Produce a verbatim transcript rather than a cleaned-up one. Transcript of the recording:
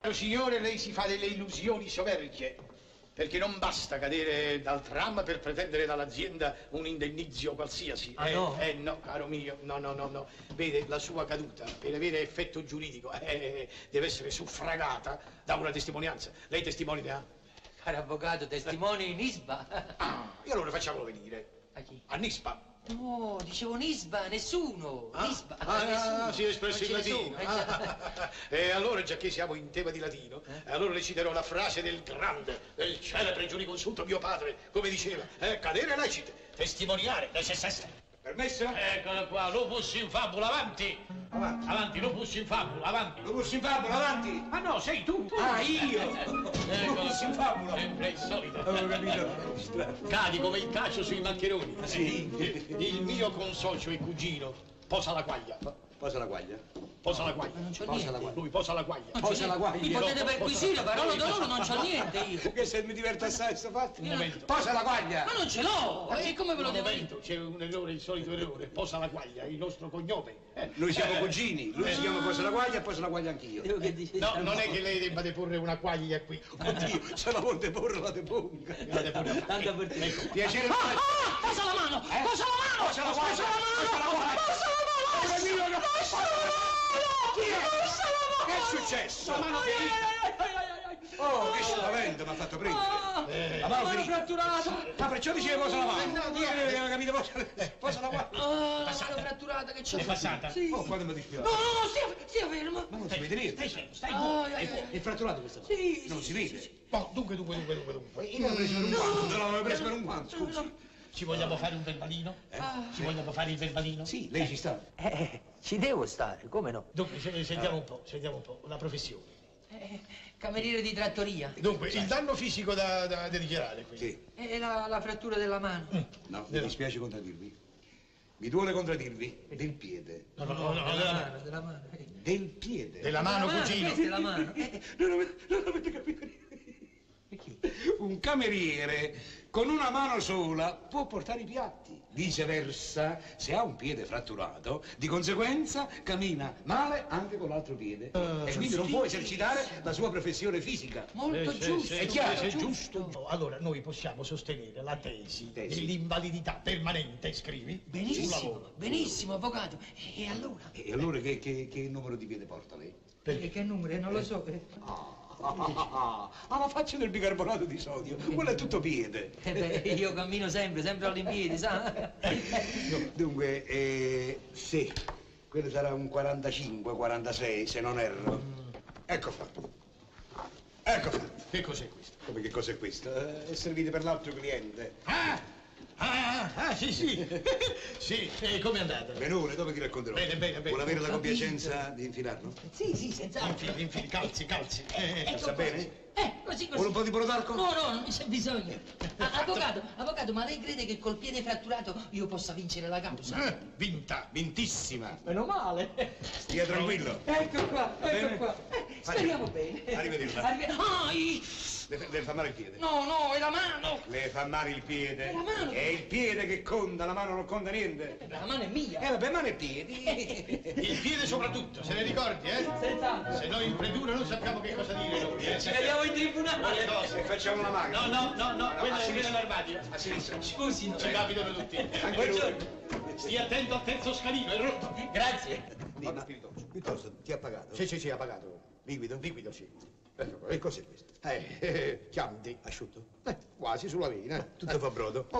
Certo, signore, lei si fa delle illusioni soverchie, perché non basta cadere dal tram per pretendere dall'azienda un indennizzo qualsiasi. Ah, eh, no? Eh, no, caro mio, no, no, no, no. Vede, la sua caduta, per avere effetto giuridico, eh, deve essere suffragata da una testimonianza. Lei testimonia? Caro avvocato, testimone in Isba. Ah, e allora facciamolo venire. A chi? A Nispa. No, dicevo Nisba, nessuno. Ah, Nisba, ah, nessuno. ah, si è espresso in Non ce ne latino. sono, eh, già. Ah, e allora, già che siamo in tema di latino, Eh? allora le citerò la frase del grande, del celebre giuriconsulto mio padre, come diceva, eh, cadere lecite, testimoniare necessario. Permesso? Eccolo qua, lupus in fabula, avanti! Avanti. Avanti, lupus in fabula, avanti! Lupus in fabula, avanti! Ah no, sei tu! Ah, io! Eccolo Lupus in qua, fabula! sempre il solito. Avevo capito. Cadi come il calcio sui maccheroni. Ah, sì? Il mio consocio e cugino posa la quaglia. Posa la guaglia. Posa la guaglia. Ma non c'ho Posa niente. la guaglia. Lui posa la guaglia. Non c'ho Posa la niente. guaglia. Mi potete No, perquisire, posa- parola no, d'oro, non posa- c'ho niente io. Che se mi diverte assai sto fatto. Un momento. Posa la guaglia! Ma non ce l'ho! E come ve lo Un devo dire? momento, c'è un errore, il solito errore. Posa la guaglia, il nostro cognome. Eh, Noi siamo eh, cugini, lui si chiama Posa la guaglia e Posa la guaglia anch'io. Io che dici? No, non è che lei debba deporre una quaglia qui. Oddio, se la vuol deporre la deponga. La deporre. Tanto per te. Ecco. Piacere. Ah, ah, posa la mano! Eh? Posa la mano! Posa la guaglia! Posa la mano! Posa la guaglia! Posa la mano! Posa la mano! Posa la mano! Chi è? Posa la mano! Che è successo? La mano Ai, ai, ferita! Ai, ai, ai, ai. Oh, che spavento mi ha fatto prendere. Ah, Eh, la mano fratturata! Ma perciò diceva posa la mano. Eh, aveva capito, posa, posa la guaglia. Ah, la mano fratturata che c'è. È passata? Sì. Oh, quando mi No, dispiace. no, no, stia, stia fermo. Ma non si vede niente. Stai fermo, stai buono. Ai, ai, ai. È fratturato questa cosa? Sì, Non sì, si sì, vede. sì, sì. Oh, dunque, dunque, dunque, dunque, dunque. Io l'avevo preso per un guanto. Non l'avevo preso per un guanto, No, scusi. no. Ci vogliamo fare un verbalino? Ci vogliamo fare il verbalino? Sì, lei ci sta. Eh, ci devo stare, come no? Dunque, se- sentiamo un po', sentiamo un po', la professione. Eh, cameriere di trattoria. Dunque, il danno fisico da, da, da dichiarare qui. Sì. E la, la frattura della mano. No, mi dispiace contraddirvi. Mi duole contraddirvi del piede. No, no, no, no, della della, mano, della mano. Eh, Del piede. della mano, cugino. questa è la mano. Eh, Non avete, non avete capito niente. perché? Un cameriere con una mano sola può portare i piatti. Viceversa, se ha un piede fratturato, di conseguenza cammina male anche con l'altro piede. e quindi non può esercitare la sua professione fisica. Molto Eh, sì, giusto. sì, è chiaro? sì, giusto. Allora, noi possiamo sostenere la tesi, Tesi. dell'invalidità permanente, scrivi? sul Benissimo, lavoro. benissimo, avvocato. E allora? E allora che, che- che numero di piede porta lei? Perché che numero? Eh, Non lo so. Eh, Ah, ah, ah, ah, la faccia del bicarbonato di sodio, quello è tutto piede. Eh beh, io cammino sempre, sempre all'impiedi, sa? Dunque, eh, sì, quello sarà un quarantacinque, quarantasei, se non erro. Ecco fatto. Ecco fatto. Che cos'è questo? Come che cos'è questo? Eh, È servito per l'altro cliente. Ah! Ah, ah, sì, sì. Sì, e com'è andata? Benone, dopo ti racconterò. Bene, bene, bene. Vuole avere la Ho capito. compiacenza di infilarlo? Sì, sì, senz'altro. Infili, infili, calzi, calzi. Eh, Ecco sta qua. bene? Eh, così, così. Vuole un po' di brodarco? No, no, non c'è bisogno. Ah, avvocato, avvocato, ma lei crede che col piede fratturato io possa vincere la causa? eh, vinta, vintissima. Meno male. Stia tranquillo. Ecco qua, ecco bene? qua. Eh, speriamo bene. Arrivederci. Arrive- Ah, i- Le, le fa male il piede? no, no, è la mano. Le fa male il piede? È la mano. È il piede che conta, la mano non conta niente. La mano è mia. Eh vabbè, mano e piedi. Il piede soprattutto, se ne ricordi, eh? Senz'altro. Se noi in predura non sappiamo che cosa dire noi, eh? Ci vediamo in tribunale. E facciamo una macchina. No, no, no, no, quello a è sinistra. nell'armadio. A sinistra. Scusi, no. Ci capitano tutti. Anche Buongiorno. Stia attento al terzo scalino, è rotto. Grazie. Vabbè, spiritoso. Piuttosto, ti ha pagato? Sì, sì, sì, ha pagato. Liquido? Liquido, sì. Ecco, e cos'è questo? Eh, eh, Chianti. Asciutto? Eh, quasi sulla vena. Tutto fa brodo.